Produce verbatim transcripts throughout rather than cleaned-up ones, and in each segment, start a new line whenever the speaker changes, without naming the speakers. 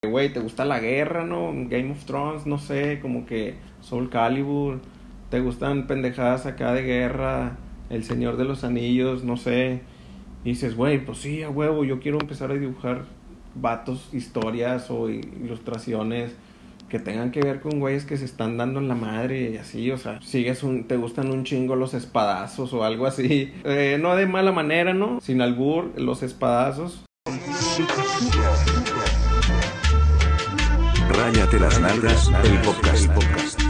Güey, ¿te gusta la guerra, no? Game of Thrones, no sé, como que Soul Calibur, ¿te gustan pendejadas acá de guerra? El Señor de los Anillos, no sé. Y dices, güey, pues sí, a huevo, yo quiero empezar a dibujar vatos, historias o ilustraciones que tengan que ver con güeyes que se están dando en la madre y así, o sea, sigues un, te gustan un chingo los espadazos o algo así. Eh, no de mala manera, ¿no? Sin albur, los espadazos.
Ráyate las nalgas, el podcast. El podcast.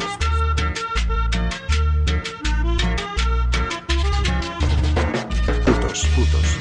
Putos, putos.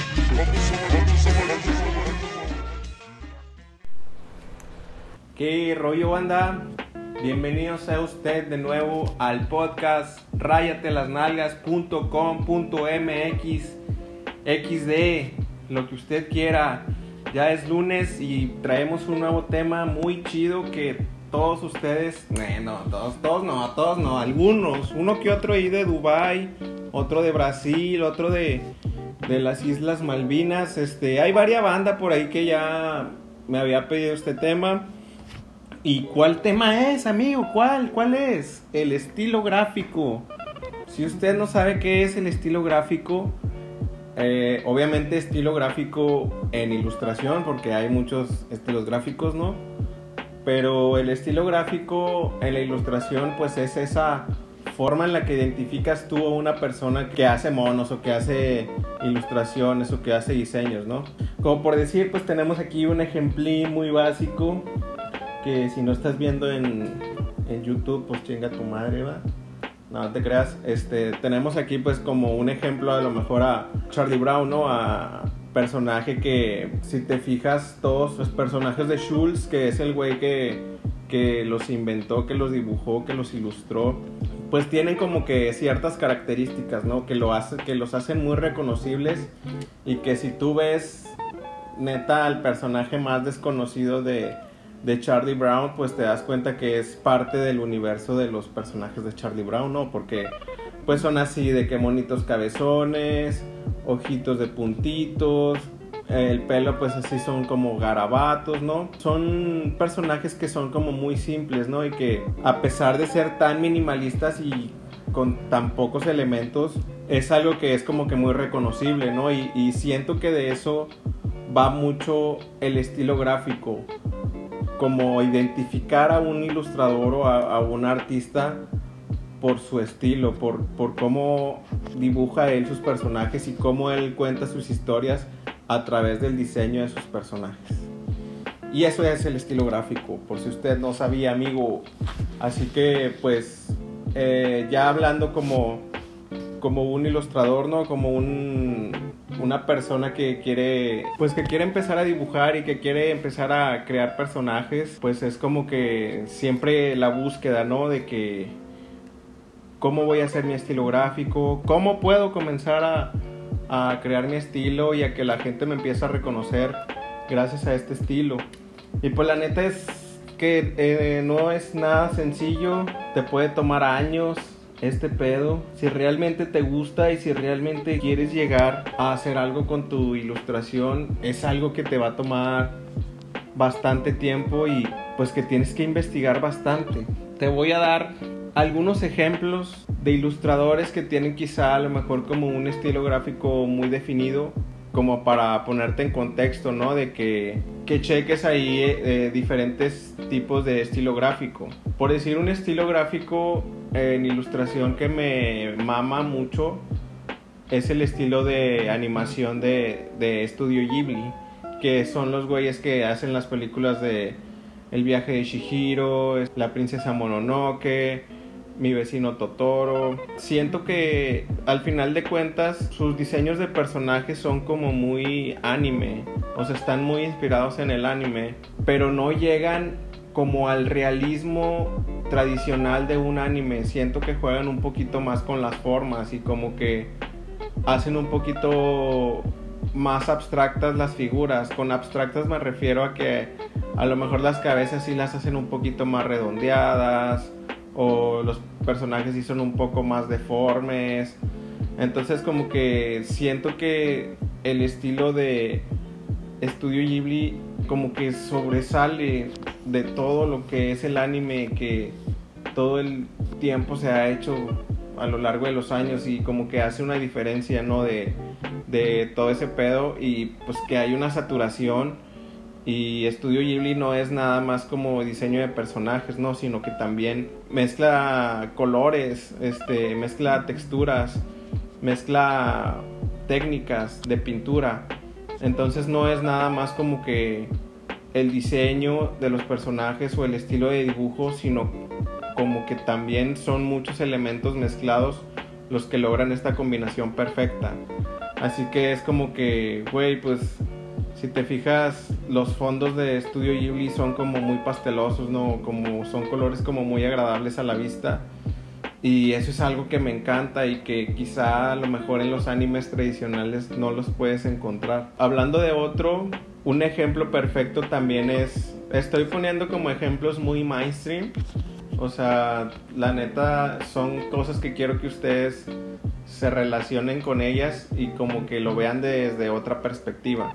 ¿Qué rollo, banda? Bienvenidos sea usted de nuevo al podcast ráyate las nalgas punto com punto m x equis de, lo que usted quiera. Ya es lunes y traemos un nuevo tema muy chido que todos ustedes, eh, no, todos, todos no, todos no, algunos, uno que otro ahí de Dubai, otro de Brasil, otro de, de las Islas Malvinas, este, hay varias bandas por ahí que ya me había pedido este tema. ¿Y cuál tema es, amigo? ¿Cuál? ¿Cuál es? El estilo gráfico. Si usted no sabe qué es el estilo gráfico, Eh, obviamente estilo gráfico en ilustración, porque hay muchos estilos gráficos, ¿no? Pero el estilo gráfico en la ilustración, pues es esa forma en la que identificas tú a una persona que hace monos o que hace ilustraciones o que hace diseños, ¿no? Como por decir, pues tenemos aquí un ejemplín muy básico que si no estás viendo en, en YouTube, pues chinga tu madre, ¿va? No te creas, este, tenemos aquí pues como un ejemplo a lo mejor a Charlie Brown, ¿no? A personaje que, si te fijas, todos los personajes de Schulz, que es el güey que, que los inventó, que los dibujó, que los ilustró, pues tienen como que ciertas características, ¿no? Que, lo hace, que los hacen muy reconocibles y que si tú ves neta al personaje más desconocido de... de Charlie Brown, pues te das cuenta que es parte del universo de los personajes de Charlie Brown, ¿no? Porque pues son así de que monitos cabezones, ojitos de puntitos, el pelo pues así son como garabatos, ¿no? Son personajes que son como muy simples, ¿no? Y que a pesar de ser tan minimalistas y con tan pocos elementos, es algo que es como que muy reconocible, ¿no? Y, y siento que de eso va mucho el estilo gráfico, como identificar a un ilustrador o a, a un artista por su estilo, por, por cómo dibuja él sus personajes y cómo él cuenta sus historias a través del diseño de sus personajes. Y eso es el estilo gráfico, por si usted no sabía, amigo. Así que pues eh, ya hablando como, como un ilustrador, ¿no? Como un... una persona que quiere, pues que quiere empezar a dibujar y que quiere empezar a crear personajes, pues es como que siempre la búsqueda, ¿no? De que cómo voy a hacer mi estilo gráfico, cómo puedo comenzar a, a crear mi estilo y a que la gente me empiece a reconocer gracias a este estilo. Y pues la neta es que eh, no es nada sencillo, te puede tomar años este pedo. Si realmente te gusta y si realmente quieres llegar a hacer algo con tu ilustración, es algo que te va a tomar bastante tiempo y pues que tienes que investigar bastante. Te voy a dar algunos ejemplos de ilustradores que tienen quizá a lo mejor como un estilo gráfico muy definido, como para ponerte en contexto, ¿no? De que, que cheques ahí eh, diferentes tipos de estilo gráfico. Por decir un estilo gráfico en ilustración que me mama mucho es el estilo de animación de, de Estudio Ghibli, que son los güeyes que hacen las películas de El viaje de Chihiro, La princesa Mononoke, Mi vecino Totoro. Siento que al final de cuentas sus diseños de personajes son como muy anime, o sea, están muy inspirados en el anime, pero no llegan como al realismo tradicional de un anime. Siento que juegan un poquito más con las formas y como que hacen un poquito más abstractas las figuras. Con abstractas me refiero a que a lo mejor las cabezas sí las hacen un poquito más redondeadas, o los personajes sí son un poco más deformes. Entonces como que siento que el estilo de Estudio Ghibli como que sobresale de todo lo que es el anime, que todo el tiempo se ha hecho a lo largo de los años, y como que hace una diferencia, ¿no? De, de todo ese pedo, y pues que hay una saturación. Y Estudio Ghibli no es nada más como diseño de personajes, ¿no? Sino que también mezcla colores, este, mezcla texturas, mezcla técnicas de pintura. Entonces no es nada más como que el diseño de los personajes o el estilo de dibujo, sino como que también son muchos elementos mezclados los que logran esta combinación perfecta. Así que es como que, güey, pues si te fijas, los fondos de Estudio Ghibli son como muy pastelosos, ¿no? Como son colores como muy agradables a la vista. Y eso es algo que me encanta y que quizá a lo mejor en los animes tradicionales no los puedes encontrar. Hablando de otro, un ejemplo perfecto también es... Estoy poniendo como ejemplos muy mainstream. O sea, la neta son cosas que quiero que ustedes se relacionen con ellas y como que lo vean desde otra perspectiva.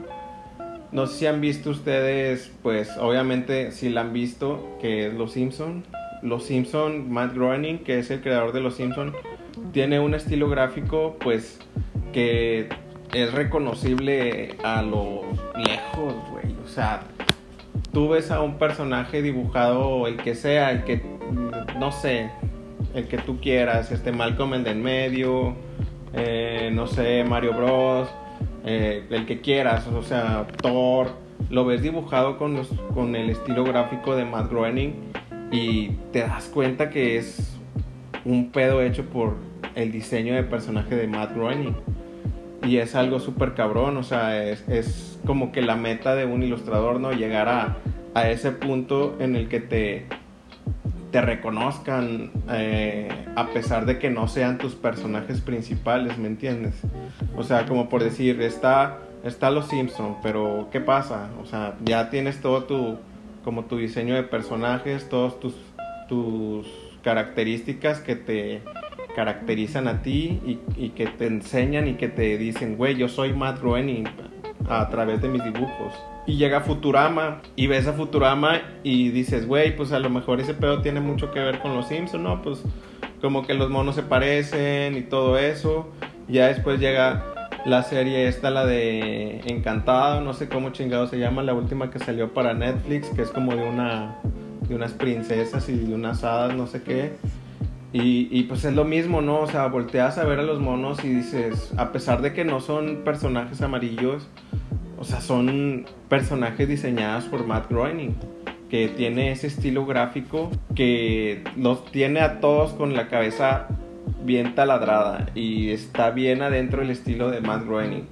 No sé si han visto ustedes, pues obviamente si la han visto, que es Los Simpson. Los Simpson, Matt Groening, que es el creador de Los Simpson, tiene un estilo gráfico pues que es reconocible a lo lejos, güey. O sea, tú ves a un personaje dibujado, el que sea, el que, no sé, el que tú quieras, este Malcolm el de en medio, eh, no sé, Mario Bros, Eh, el que quieras, o sea, Thor, lo ves dibujado con, los, con el estilo gráfico de Matt Groening y te das cuenta que es un pedo hecho por el diseño de personaje de Matt Groening, y es algo súper cabrón. O sea, es, es como que la meta de un ilustrador, ¿no? Llegar a, a ese punto en el que te, te reconozcan, eh, a pesar de que no sean tus personajes principales, ¿me entiendes? O sea, como por decir, está, está Los Simpson, pero ¿qué pasa? O sea, ya tienes todo tu, como tu diseño de personajes, todas tus, tus características que te caracterizan a ti y, y que te enseñan y que te dicen, güey, yo soy Matt Groening a través de mis dibujos. Y llega Futurama y ves a Futurama y dices, güey, pues a lo mejor ese pedo tiene mucho que ver con Los Simpson, ¿no? Pues como que los monos se parecen y todo eso. Ya después llega la serie esta, la de Encantado, no sé cómo chingado se llama, la última que salió para Netflix, que es como de una de unas princesas y de unas hadas, no sé qué. Y, y pues es lo mismo, ¿no? O sea, volteas a ver a los monos y dices, a pesar de que no son personajes amarillos, o sea, son personajes diseñados por Matt Groening, que tiene ese estilo gráfico que los tiene a todos con la cabeza bien taladrada y está bien adentro el estilo de Matt Groening.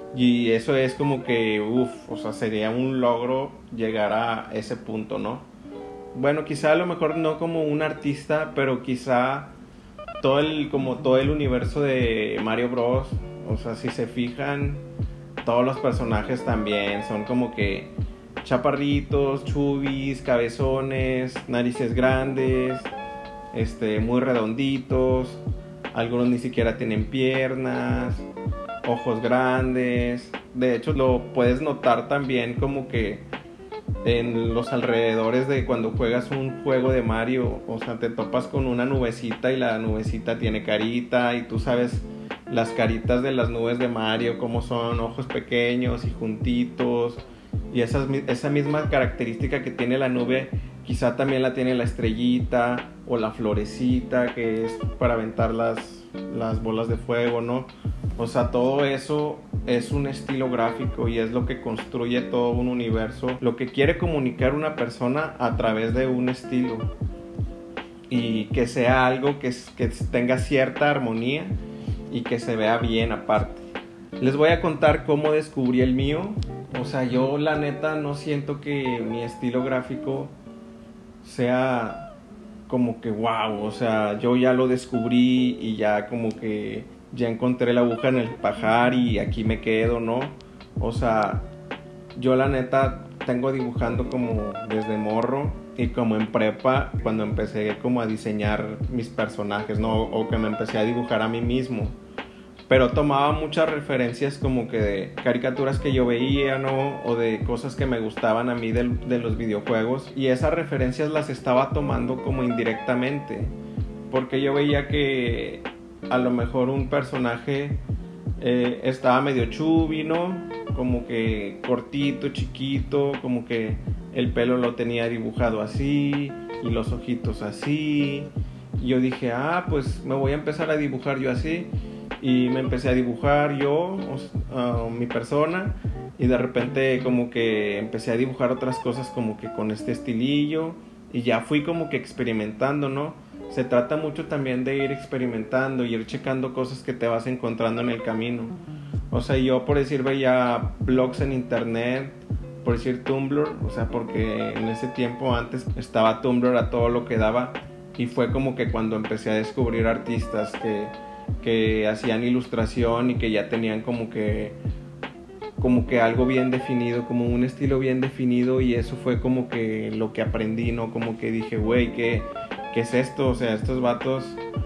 Y eso es como que, uff, o sea, sería un logro llegar a ese punto, ¿no? Bueno, quizá a lo mejor no como un artista, pero quizá todo el, como todo el universo de Mario Bros. O sea, si se fijan, todos los personajes también son como que chaparritos, chubis, cabezones, narices grandes, este, muy redonditos. Algunos ni siquiera tienen piernas, ojos grandes. De hecho, lo puedes notar también como que en los alrededores de cuando juegas un juego de Mario. O sea, te topas con una nubecita y la nubecita tiene carita y tú sabes las caritas de las nubes de Mario, como son ojos pequeños y juntitos. Y esas, esa misma característica que tiene la nube, quizá también la tiene la estrellita o la florecita, que es para aventar las, las bolas de fuego, ¿no? O sea, todo eso es un estilo gráfico y es lo que construye todo un universo, lo que quiere comunicar una persona a través de un estilo, y que sea algo que, que tenga cierta armonía y que se vea bien aparte. Les voy a contar cómo descubrí el mío. O sea, yo la neta no siento que mi estilo gráfico sea como que wow, o sea, yo ya lo descubrí y ya como que ya encontré la aguja en el pajar y aquí me quedo, ¿no? O sea, yo la neta tengo dibujando como desde morro y como en prepa, cuando empecé como a diseñar mis personajes, ¿no? O que me empecé a dibujar a mí mismo. pero tomaba muchas referencias como que de caricaturas que yo veía, ¿no? O de cosas que me gustaban a mí de, de los videojuegos, y esas referencias las estaba tomando como indirectamente, porque yo veía que a lo mejor un personaje eh, estaba medio chubby, ¿no? Como que cortito, chiquito, como que el pelo lo tenía dibujado así y los ojitos así, y yo dije, ah, pues me voy a empezar a dibujar yo así. Y me empecé a dibujar yo, uh, mi persona, y de repente como que empecé a dibujar otras cosas como que con este estilillo, y ya fui como que experimentando, ¿no? Se trata mucho también de ir experimentando y ir checando cosas que te vas encontrando en el camino. O sea, yo por decir veía blogs en internet, por decir Tumblr, o sea, porque en ese tiempo antes estaba Tumblr a todo lo que daba, y fue como que cuando empecé a descubrir artistas que que hacían ilustración y que ya tenían como que como que algo bien definido, como un estilo bien definido, y eso fue como que lo que aprendí, ¿no? Como que dije, güey, ¿qué, ¿qué es esto? O sea, estos vatos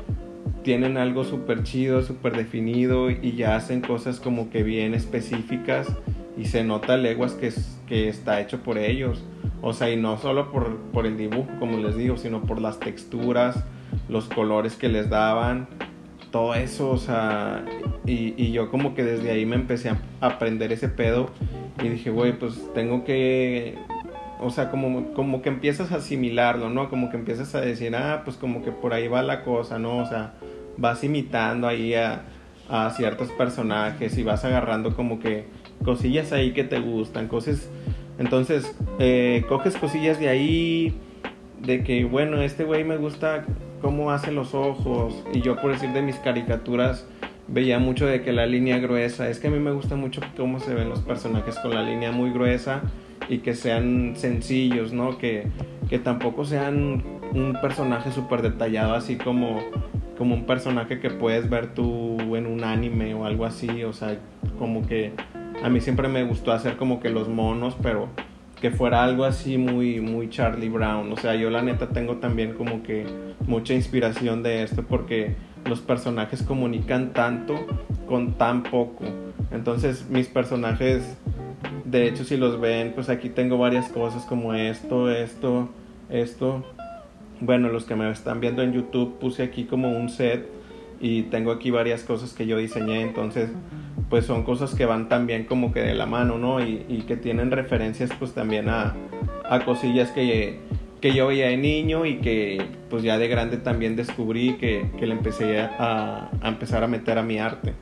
tienen algo súper chido, súper definido, y ya hacen cosas como que bien específicas, y se nota leguas que, es, que está hecho por ellos. O sea, y no solo por, por el dibujo, como les digo, sino por las texturas, los colores que les daban, todo eso, o sea, y, y yo como que desde ahí me empecé a aprender ese pedo, y dije, güey, pues tengo que, o sea, como, como que empiezas a asimilarlo, ¿no? Como que empiezas a decir, ah, pues como que por ahí va la cosa, ¿no? O sea, vas imitando ahí a, a ciertos personajes, y vas agarrando como que cosillas ahí que te gustan, cosas, entonces, eh, coges cosillas de ahí, de que, bueno, este güey me gusta cómo hace los ojos, y yo por decir de mis caricaturas veía mucho de que la línea gruesa, es que a mí me gusta mucho cómo se ven los personajes con la línea muy gruesa, y que sean sencillos, ¿no? Que, que tampoco sean un personaje súper detallado, así como, como un personaje que puedes ver tú en un anime o algo así. O sea, como que a mí siempre me gustó hacer como que los monos, pero que fuera algo así muy, muy Charlie Brown. O sea, yo la neta tengo también como que mucha inspiración de esto, porque los personajes comunican tanto con tan poco. Entonces mis personajes, de hecho, si los ven, pues aquí tengo varias cosas como esto, esto, esto. Bueno, los que me están viendo en YouTube, puse aquí como un set, y tengo aquí varias cosas que yo diseñé. Entonces pues son cosas que van también como que de la mano, ¿no? Y, y que tienen referencias pues también a, a cosillas que, que yo veía de niño, y que pues ya de grande también descubrí que, que le empecé a, a empezar a meter a mi arte.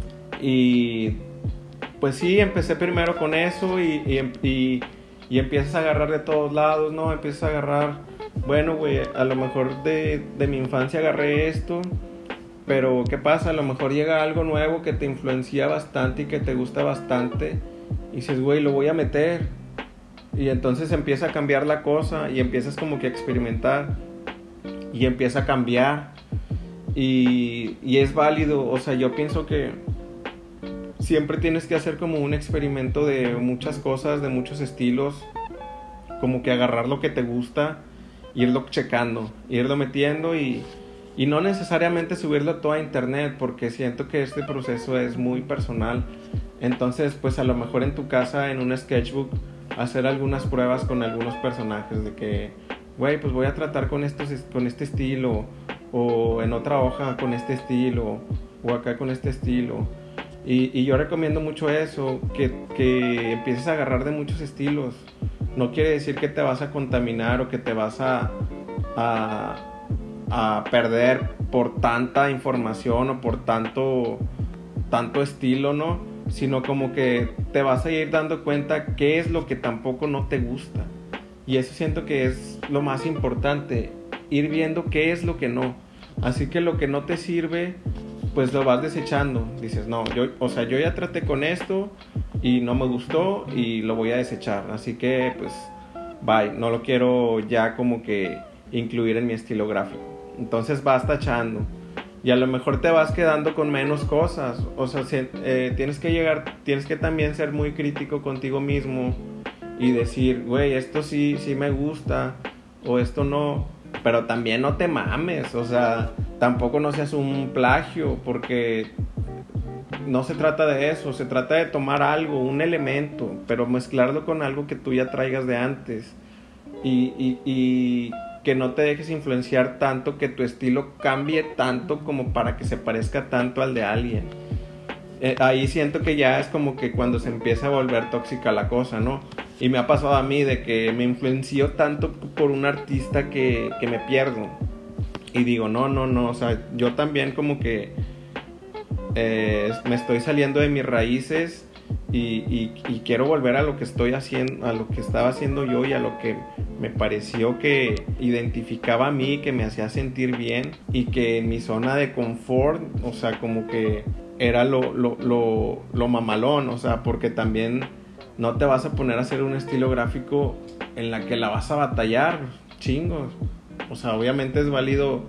Y pues sí, empecé primero con eso, y, y, y, y empiezas a agarrar de todos lados, ¿no? Empiezas a agarrar, bueno, güey, a lo mejor de, de mi infancia agarré esto, pero ¿qué pasa? A lo mejor llega algo nuevo que te influencia bastante y que te gusta bastante, y dices, güey, lo voy a meter. Y entonces empieza a cambiar la cosa, y empiezas como que a experimentar, y empieza a cambiar, y, y es válido. O sea, yo pienso que siempre tienes que hacer como un experimento de muchas cosas, de muchos estilos, como que agarrar lo que te gusta, irlo checando, irlo metiendo, y Y no necesariamente subirlo todo a internet, porque siento que este proceso es muy personal. Entonces, pues a lo mejor en tu casa, en un sketchbook, hacer algunas pruebas con algunos personajes. De que, güey, pues voy a tratar con, estos, con este estilo. O en otra hoja con este estilo. O acá con este estilo. Y, y yo recomiendo mucho eso, que, que empieces a agarrar de muchos estilos. No quiere decir que te vas a contaminar o que te vas a... a a perder por tanta información o por tanto tanto estilo, ¿no? Sino como que te vas a ir dando cuenta qué es lo que tampoco no te gusta. Y eso siento que es lo más importante, ir viendo qué es lo que no. Así que lo que no te sirve, pues lo vas desechando. Dices, no, yo, o sea, yo ya traté con esto y no me gustó y lo voy a desechar. Así que pues bye, no lo quiero ya como que incluir en mi estilo gráfico. Entonces vas tachando, y a lo mejor te vas quedando con menos cosas. O sea, si, eh, tienes que llegar, tienes que también ser muy crítico contigo mismo y decir, güey, esto sí, sí me gusta, o esto no. Pero también no te mames, o sea, tampoco no seas un plagio, porque no se trata de eso, se trata de tomar algo, un elemento, pero mezclarlo con algo que tú ya traigas de antes y, y, y que no te dejes influenciar tanto, que tu estilo cambie tanto como para que se parezca tanto al de alguien. Eh, ahí siento que ya es como que cuando se empieza a volver tóxica la cosa, ¿no? Y me ha pasado a mí de que me influenció tanto por un artista que, que me pierdo. Y digo, no, no, no, o sea, yo también como que eh, me estoy saliendo de mis raíces y, y, y quiero volver a lo que estoy haciendo, a lo que estaba haciendo yo y a lo que me pareció que identificaba a mí, que me hacía sentir bien y que en mi zona de confort, o sea, como que era lo, lo, lo, lo mamalón, o sea, porque también no te vas a poner a hacer un estilo gráfico en la que la vas a batallar, chingos. O sea, obviamente es válido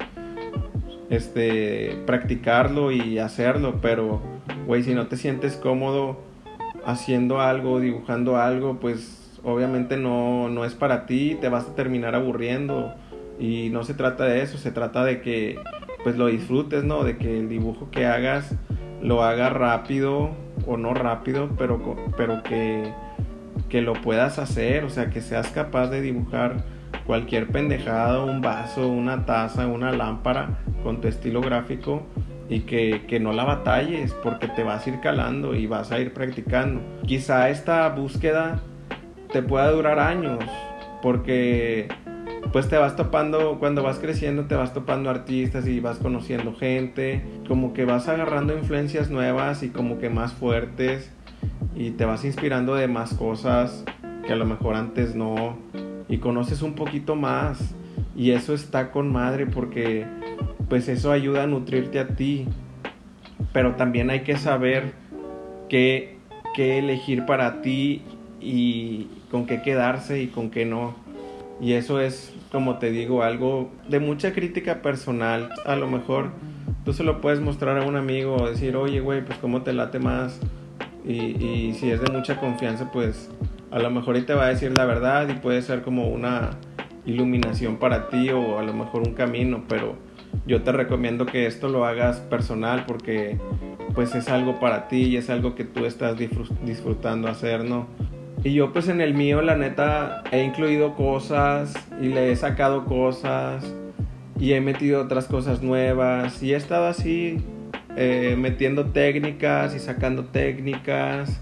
este, practicarlo y hacerlo, pero, güey, si no te sientes cómodo haciendo algo, dibujando algo, pues obviamente no, no es para ti, te vas a terminar aburriendo. Y no se trata de eso, se trata de que pues lo disfrutes, ¿no? De que el dibujo que hagas lo hagas rápido o no rápido, pero, pero que, que lo puedas hacer, o sea, que seas capaz de dibujar cualquier pendejada, un vaso, una taza, una lámpara con tu estilo gráfico y que, que no la batalles porque te vas a ir calando y vas a ir practicando. Quizá esta búsqueda te pueda durar años porque pues te vas topando, cuando vas creciendo te vas topando artistas y vas conociendo gente, como que vas agarrando influencias nuevas y como que más fuertes y te vas inspirando de más cosas que a lo mejor antes no, y conoces un poquito más y eso está con madre porque pues eso ayuda a nutrirte a ti, pero también hay que saber qué, qué elegir para ti y con qué quedarse y con qué no. Y eso es, como te digo, algo de mucha crítica personal. A lo mejor tú se lo puedes mostrar a un amigo o decir, oye, güey, pues cómo te late más. Y, y si es de mucha confianza, pues a lo mejor él te va a decir la verdad y puede ser como una iluminación para ti o a lo mejor un camino. Pero yo te recomiendo que esto lo hagas personal porque pues es algo para ti y es algo que tú estás disfrutando hacer, ¿no? Y yo pues en el mío la neta he incluido cosas y le he sacado cosas y he metido otras cosas nuevas y he estado así eh, metiendo técnicas y sacando técnicas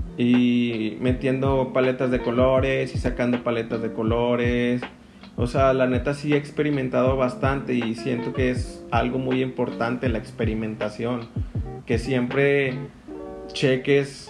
y metiendo paletas de colores y sacando paletas de colores. O sea, la neta sí he experimentado bastante y siento que es algo muy importante la experimentación, que siempre cheques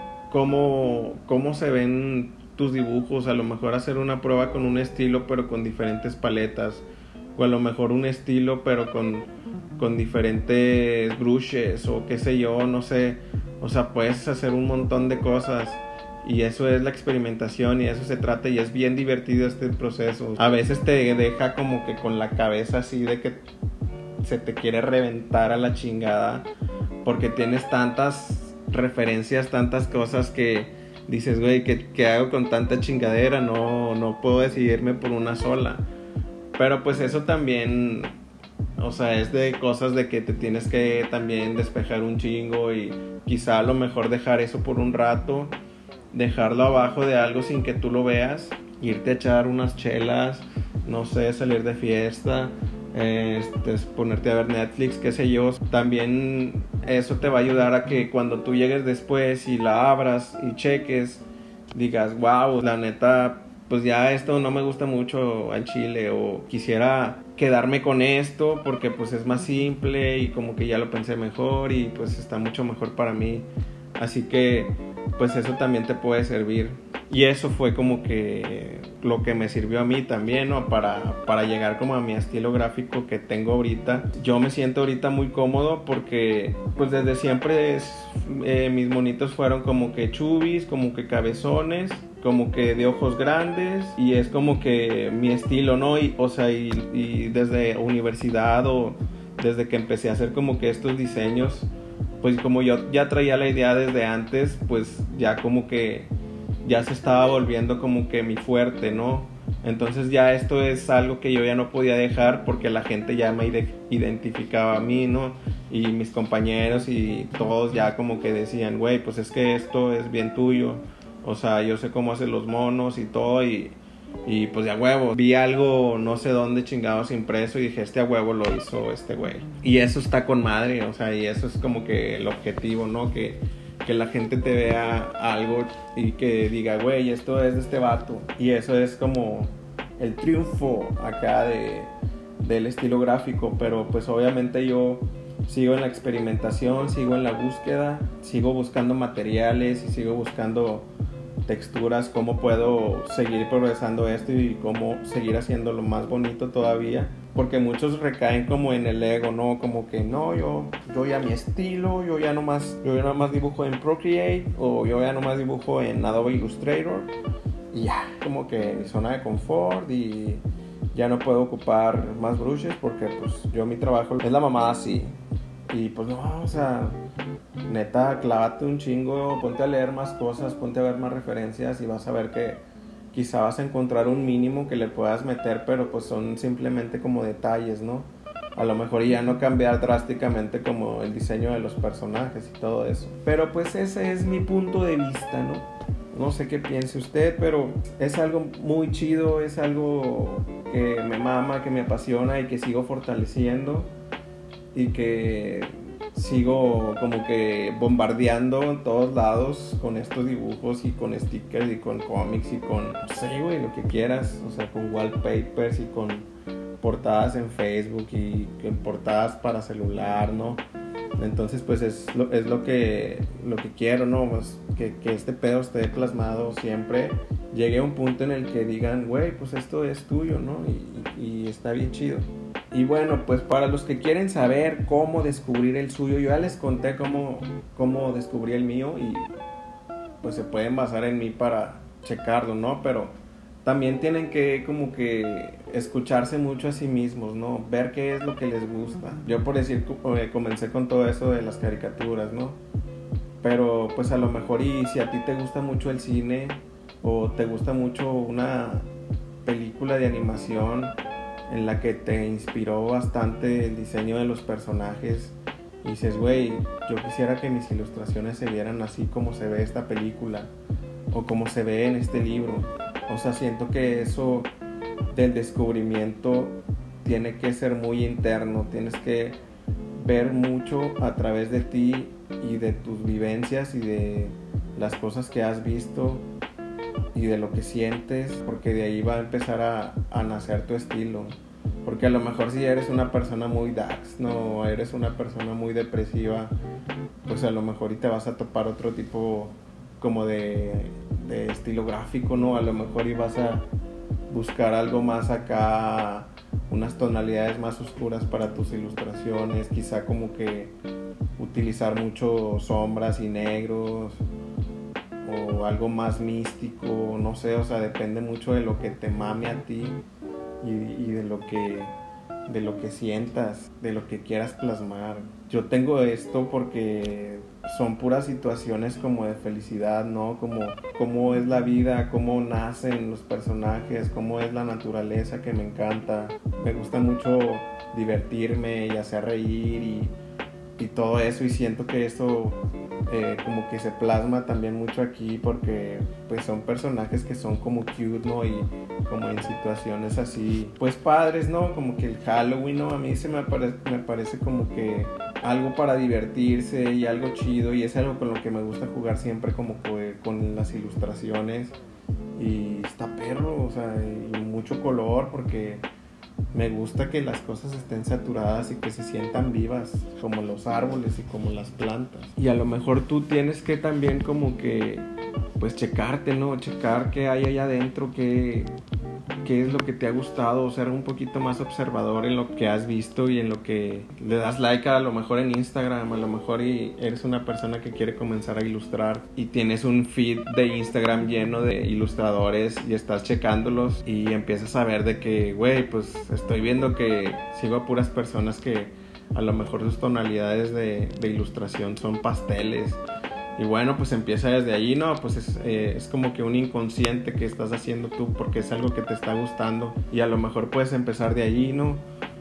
Cómo, cómo se ven tus dibujos, a lo mejor hacer una prueba con un estilo pero con diferentes paletas, o a lo mejor un estilo pero con, con diferentes brushes o qué sé yo, no sé, o sea, puedes hacer un montón de cosas y eso es la experimentación y eso se trata y es bien divertido este proceso. A veces te deja como que con la cabeza así de que se te quiere reventar a la chingada porque tienes tantas referencias, tantas cosas que dices, güey, ¿qué, qué hago con tanta chingadera? No, no puedo decidirme por una sola. Pero pues eso también, o sea, es de cosas de que te tienes que también despejar un chingo y quizá a lo mejor dejar eso por un rato, dejarlo abajo de algo sin que tú lo veas, irte a echar unas chelas, no sé, salir de fiesta, Este, ponerte a ver Netflix, qué sé yo. También eso te va a ayudar a que cuando tú llegues después y la abras y cheques, digas, wow, la neta, pues ya esto no me gusta mucho al chile, o quisiera quedarme con esto porque pues es más simple y como que ya lo pensé mejor y pues está mucho mejor para mí. Así que pues eso también te puede servir. Y eso fue como que lo que me sirvió a mí también, ¿no? Para, para llegar como a mi estilo gráfico que tengo ahorita. Yo me siento ahorita muy cómodo porque pues desde siempre es, eh, mis monitos fueron como que chubis, como que cabezones, como que de ojos grandes y es como que mi estilo, ¿no? Y, o sea, y, y desde universidad o desde que empecé a hacer como que estos diseños, pues como yo ya traía la idea desde antes, pues ya como que ya se estaba volviendo como que mi fuerte, ¿no? Entonces ya esto es algo que yo ya no podía dejar porque la gente ya me identificaba a mí, ¿no? y mis compañeros y todos ya como que decían, güey, pues es que esto es bien tuyo, o sea, yo sé cómo hacen los monos y todo, y, y pues de a huevo, vi algo no sé dónde chingados impreso y dije, este a huevo lo hizo este güey, y eso está con madre, o sea, y eso es como que el objetivo, ¿no? Que, que la gente te vea algo y que diga, güey, esto es de este vato, y eso es como el triunfo acá de, del estilo gráfico. Pero pues obviamente yo sigo en la experimentación, sigo en la búsqueda, sigo buscando materiales y sigo buscando texturas, cómo puedo seguir progresando esto y cómo seguir haciéndolo más bonito todavía, porque muchos recaen como en el ego, ¿no? Como que no, yo, yo ya mi estilo, yo ya nomás, yo ya nomás dibujo en Procreate, o yo ya nomás dibujo en Adobe Illustrator, y ya, como que mi zona de confort, y ya no puedo ocupar más brushes porque pues yo mi trabajo es la mamada así. Y pues no, o sea, neta, clávate un chingo, ponte a leer más cosas, ponte a ver más referencias y vas a ver que quizá vas a encontrar un mínimo que le puedas meter, pero pues son simplemente como detalles, ¿no? A lo mejor ya no cambiar drásticamente como el diseño de los personajes y todo eso. Pero pues ese es mi punto de vista, ¿no? No sé qué piense usted, pero es algo muy chido, es algo que me mama, que me apasiona y que sigo fortaleciendo. Y que sigo como que bombardeando en todos lados con estos dibujos y con stickers y con cómics y con, no sé, güey, lo que quieras, o sea, con wallpapers y con portadas en Facebook y en portadas para celular, ¿no? Entonces pues es lo, es lo que lo que quiero, ¿no? Pues que, que este pedo esté plasmado siempre, llegue a un punto en el que digan, güey, pues esto es tuyo, ¿no? Y, y está bien chido. Y bueno, pues para los que quieren saber cómo descubrir el suyo, yo ya les conté cómo, cómo descubrí el mío y pues se pueden basar en mí para checarlo, ¿no? Pero también tienen que como que escucharse mucho a sí mismos, ¿no? Ver qué es lo que les gusta. Yo por decir, comencé con todo eso de las caricaturas, ¿no? Pero pues a lo mejor y si a ti te gusta mucho el cine o te gusta mucho una película de animación en la que te inspiró bastante el diseño de los personajes y dices, güey, yo quisiera que mis ilustraciones se vieran así como se ve esta película o como se ve en este libro. O sea, siento que eso del descubrimiento tiene que ser muy interno, tienes que ver mucho a través de ti y de tus vivencias y de las cosas que has visto y de lo que sientes, porque de ahí va a empezar a, a nacer tu estilo. Porque a lo mejor si eres una persona muy darks, no, eres una persona muy depresiva, pues a lo mejor y te vas a topar otro tipo como de, de estilo gráfico, ¿no? A lo mejor y vas a buscar algo más acá, unas tonalidades más oscuras para tus ilustraciones, quizá como que utilizar mucho sombras y negros o algo más místico, no sé, o sea, depende mucho de lo que te mame a ti y, y de lo que de lo que sientas, de lo que quieras plasmar. Yo tengo esto porque son puras situaciones como de felicidad, ¿no? Como cómo es la vida, cómo nacen los personajes, cómo es la naturaleza, que me encanta. Me gusta mucho divertirme y hacer reír y, y todo eso, y siento que esto eh, como que se plasma también mucho aquí porque pues son personajes que son como cute, ¿no? Y como en situaciones así pues padres, ¿no? Como que el Halloween, ¿no? A mí se me, apare- me parece como que algo para divertirse y algo chido, y es algo con lo que me gusta jugar siempre, como que con las ilustraciones, y está perro, o sea, y mucho color porque me gusta que las cosas estén saturadas y que se sientan vivas, como los árboles y como las plantas. Y a lo mejor tú tienes que también como que pues checarte, ¿no? Checar qué hay allá adentro, qué, qué es lo que te ha gustado, ser un poquito más observador en lo que has visto y en lo que le das like a, a lo mejor en Instagram, a lo mejor y eres una persona que quiere comenzar a ilustrar y tienes un feed de Instagram lleno de ilustradores y estás checándolos y empiezas a ver de que, güey, pues estoy viendo que sigo a puras personas que a lo mejor sus tonalidades de, de ilustración son pasteles. Y bueno, pues empieza desde ahí, ¿no? Pues es, eh, es como que un inconsciente que estás haciendo tú porque es algo que te está gustando. Y a lo mejor puedes empezar de ahí, ¿no?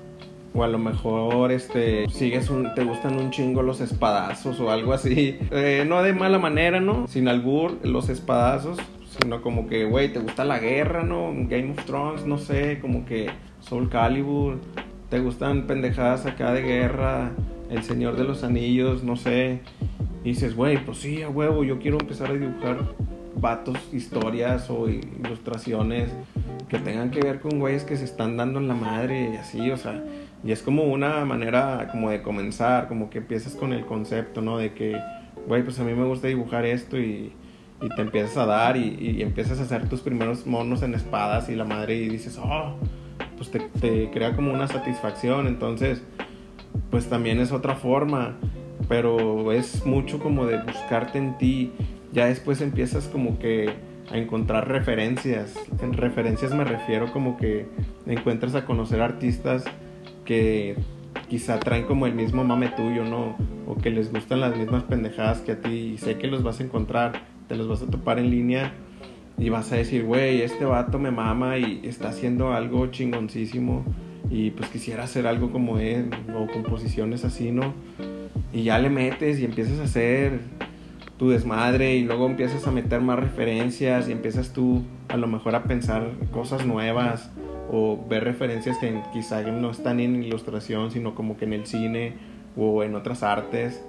O a lo mejor este sigues un, te gustan un chingo los espadazos o algo así. Eh, no de mala manera, ¿no? Sin albur, los espadazos. Sino como que, güey, te gusta la guerra, ¿no? Game of Thrones, no sé, como que Soul Calibur. Te gustan pendejadas acá de guerra, El Señor de los Anillos, no sé. Y dices, güey, pues sí, a huevo, yo quiero empezar a dibujar vatos, historias o ilustraciones que tengan que ver con güeyes que se están dando en la madre y así, o sea. Y es como una manera como de comenzar, como que empiezas con el concepto, ¿no? De que, güey, pues a mí me gusta dibujar esto y, y te empiezas a dar y, y empiezas a hacer tus primeros monos en espadas y la madre y dices, oh, pues te, te crea como una satisfacción. Entonces, pues también es otra forma, pero es mucho como de buscarte en ti. Ya después empiezas como que a encontrar referencias. En referencias me refiero como que encuentras a conocer artistas que quizá traen como el mismo mame tuyo, ¿no? O que les gustan las mismas pendejadas que a ti y sé que los vas a encontrar, te los vas a topar en línea y vas a decir, güey, este vato me mama y está haciendo algo chingoncísimo y pues quisiera hacer algo como él o composiciones así, ¿no? Y ya le metes y empiezas a hacer tu desmadre y luego empiezas a meter más referencias y empiezas tú a lo mejor a pensar cosas nuevas o ver referencias que quizá no están en ilustración sino como que en el cine o en otras artes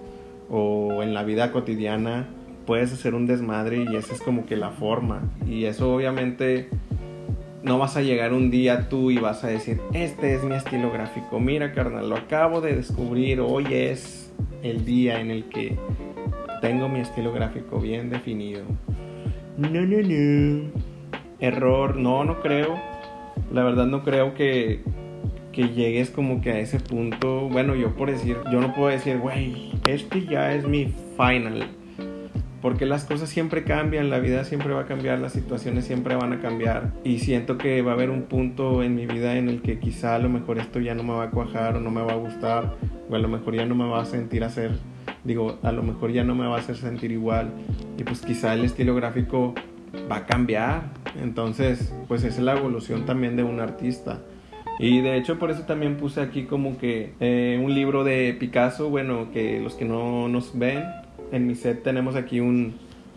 o en la vida cotidiana. Puedes hacer un desmadre y esa es como que la forma. Y eso obviamente no vas a llegar un día tú y vas a decir, este es mi estilo gráfico, mira carnal, lo acabo de descubrir, hoy es el día en el que tengo mi estilo gráfico bien definido. No, no, no. Error, no, no creo. La verdad no creo que, que llegues como que a ese punto. Bueno, yo por decir, yo no puedo decir, güey, este ya es mi final. Porque las cosas siempre cambian, la vida siempre va a cambiar, las situaciones siempre van a cambiar. Y siento que va a haber un punto en mi vida en el que quizá a lo mejor esto ya no me va a cuajar o no me va a gustar. O a lo mejor ya no me va a sentir hacer, digo, a lo mejor ya no me va a hacer sentir igual. Y pues quizá el estilo gráfico va a cambiar. Entonces, pues esa es la evolución también de un artista. Y de hecho por eso también puse aquí como que eh, un libro de Picasso. Bueno, que los que no nos ven, en mi set tenemos aquí un,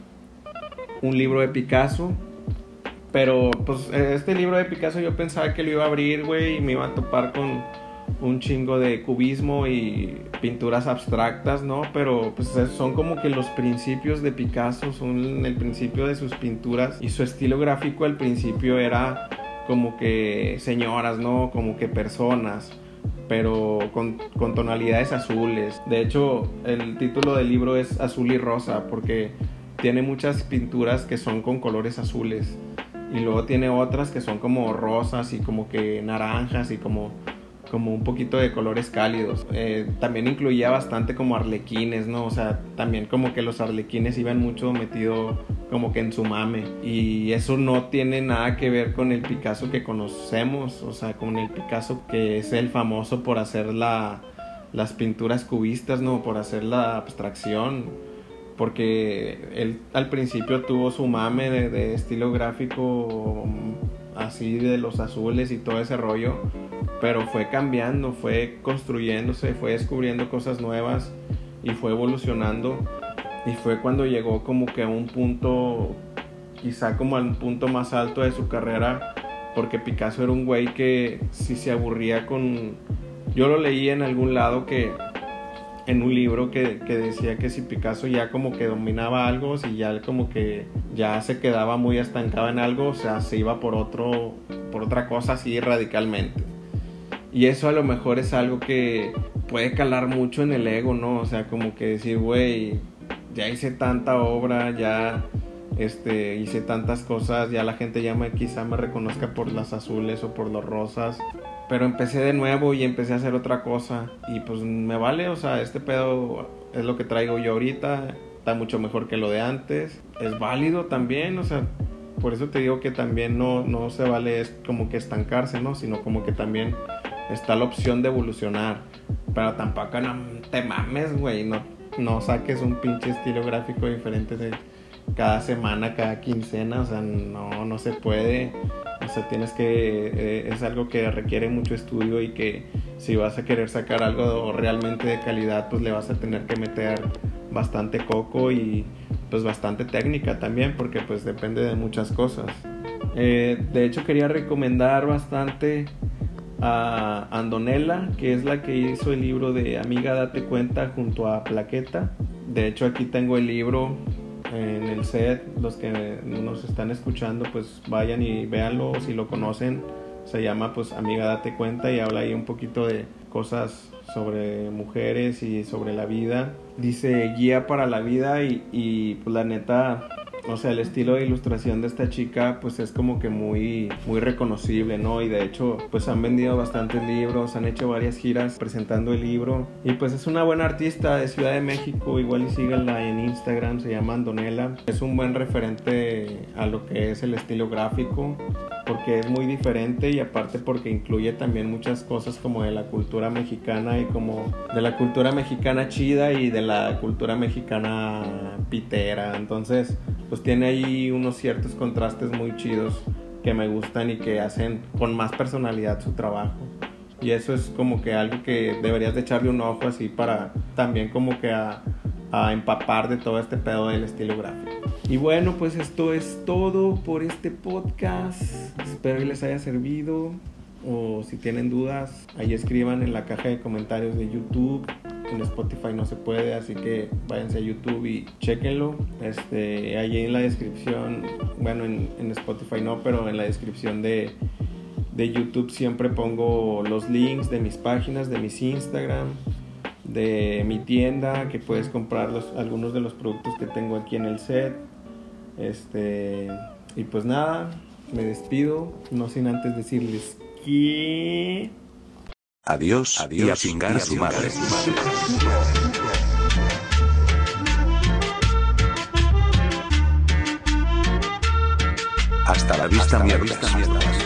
un libro de Picasso. Pero pues este libro de Picasso yo pensaba que lo iba a abrir, güey, y me iba a topar con un chingo de cubismo y pinturas abstractas, ¿no? Pero pues son como que los principios de Picasso, son el principio de sus pinturas y su estilo gráfico al principio era como que señoras, ¿no? Como que personas, pero con, con tonalidades azules. De hecho, el título del libro es Azul y Rosa porque tiene muchas pinturas que son con colores azules y luego tiene otras que son como rosas y como que naranjas y como como un poquito de colores cálidos. Eh, también incluía bastante como arlequines, ¿no? O sea, también como que los arlequines iban mucho metido como que en su mame. Y eso no tiene nada que ver con el Picasso que conocemos, o sea, con el Picasso que es el famoso por hacer la, las pinturas cubistas, ¿no? Por hacer la abstracción. Porque él al principio tuvo su mame de, de estilo gráfico así de los azules y todo ese rollo, pero fue cambiando, fue construyéndose, fue descubriendo cosas nuevas y fue evolucionando y fue cuando llegó como que a un punto, quizá como al punto más alto de su carrera, porque Picasso era un güey que si se aburría con... Yo lo leí en algún lado que en un libro que, que decía que si Picasso ya como que dominaba algo, si ya como que ya se quedaba muy estancado en algo, o sea, se iba por otro, por otra cosa así radicalmente. Y eso a lo mejor es algo que puede calar mucho en el ego, ¿no? O sea, como que decir, güey, ya hice tanta obra, ya este, hice tantas cosas, ya la gente ya me, quizá me reconozca por las azules o por los rosas. Pero empecé de nuevo y empecé a hacer otra cosa y pues me vale, o sea, este pedo es lo que traigo yo ahorita, está mucho mejor que lo de antes, es válido también, o sea, por eso te digo que también no, no se vale es como que estancarse, ¿no? Sino como que también está la opción de evolucionar, pero tampoco no te mames, güey, no, no saques un pinche estilo gráfico diferente de cada semana, cada quincena, o sea, no, no se puede. O sea, tienes que, eh, es algo que requiere mucho estudio y que si vas a querer sacar algo realmente de calidad, pues le vas a tener que meter bastante coco y pues bastante técnica también, porque pues depende de muchas cosas. Eh, de hecho quería recomendar bastante a Antonella, que es la que hizo el libro de Amiga Date Cuenta junto a Plaqueta. De hecho aquí tengo el libro en el set. Los que nos están escuchando pues vayan y véanlo si lo conocen. Se llama pues Amiga Date Cuenta y habla ahí un poquito de cosas sobre mujeres y sobre la vida. Dice guía para la vida y, y pues la neta, o sea, el estilo de ilustración de esta chica pues es como que muy, muy reconocible, ¿no? Y de hecho pues han vendido bastantes libros, han hecho varias giras presentando el libro y pues es una buena artista de Ciudad de México. Igual y síganla en Instagram, se llama Antonella. Es un buen referente a lo que es el estilo gráfico, porque es muy diferente y aparte porque incluye también muchas cosas como de la cultura mexicana y como de la cultura mexicana chida y de la cultura mexicana pitera. Entonces pues tiene ahí unos ciertos contrastes muy chidos que me gustan y que hacen con más personalidad su trabajo. Y eso es como que algo que deberías de echarle un ojo así para también como que a, a empapar de todo este pedo del estilo gráfico. Y bueno, pues esto es todo por este podcast. Espero que les haya servido. O si tienen dudas, ahí escriban en la caja de comentarios de YouTube. En Spotify no se puede, así que váyanse a YouTube y chequenlo. Este, ahí en la descripción, bueno, en, en Spotify no, pero en la descripción de, de YouTube siempre pongo los links de mis páginas, de mis Instagram, de mi tienda, que puedes comprar los, algunos de los productos que tengo aquí en el set. Este, y pues nada, me despido, no sin antes decirles que...
Adiós, adiós y a chingar a su madre. Hasta la vista, mierdas.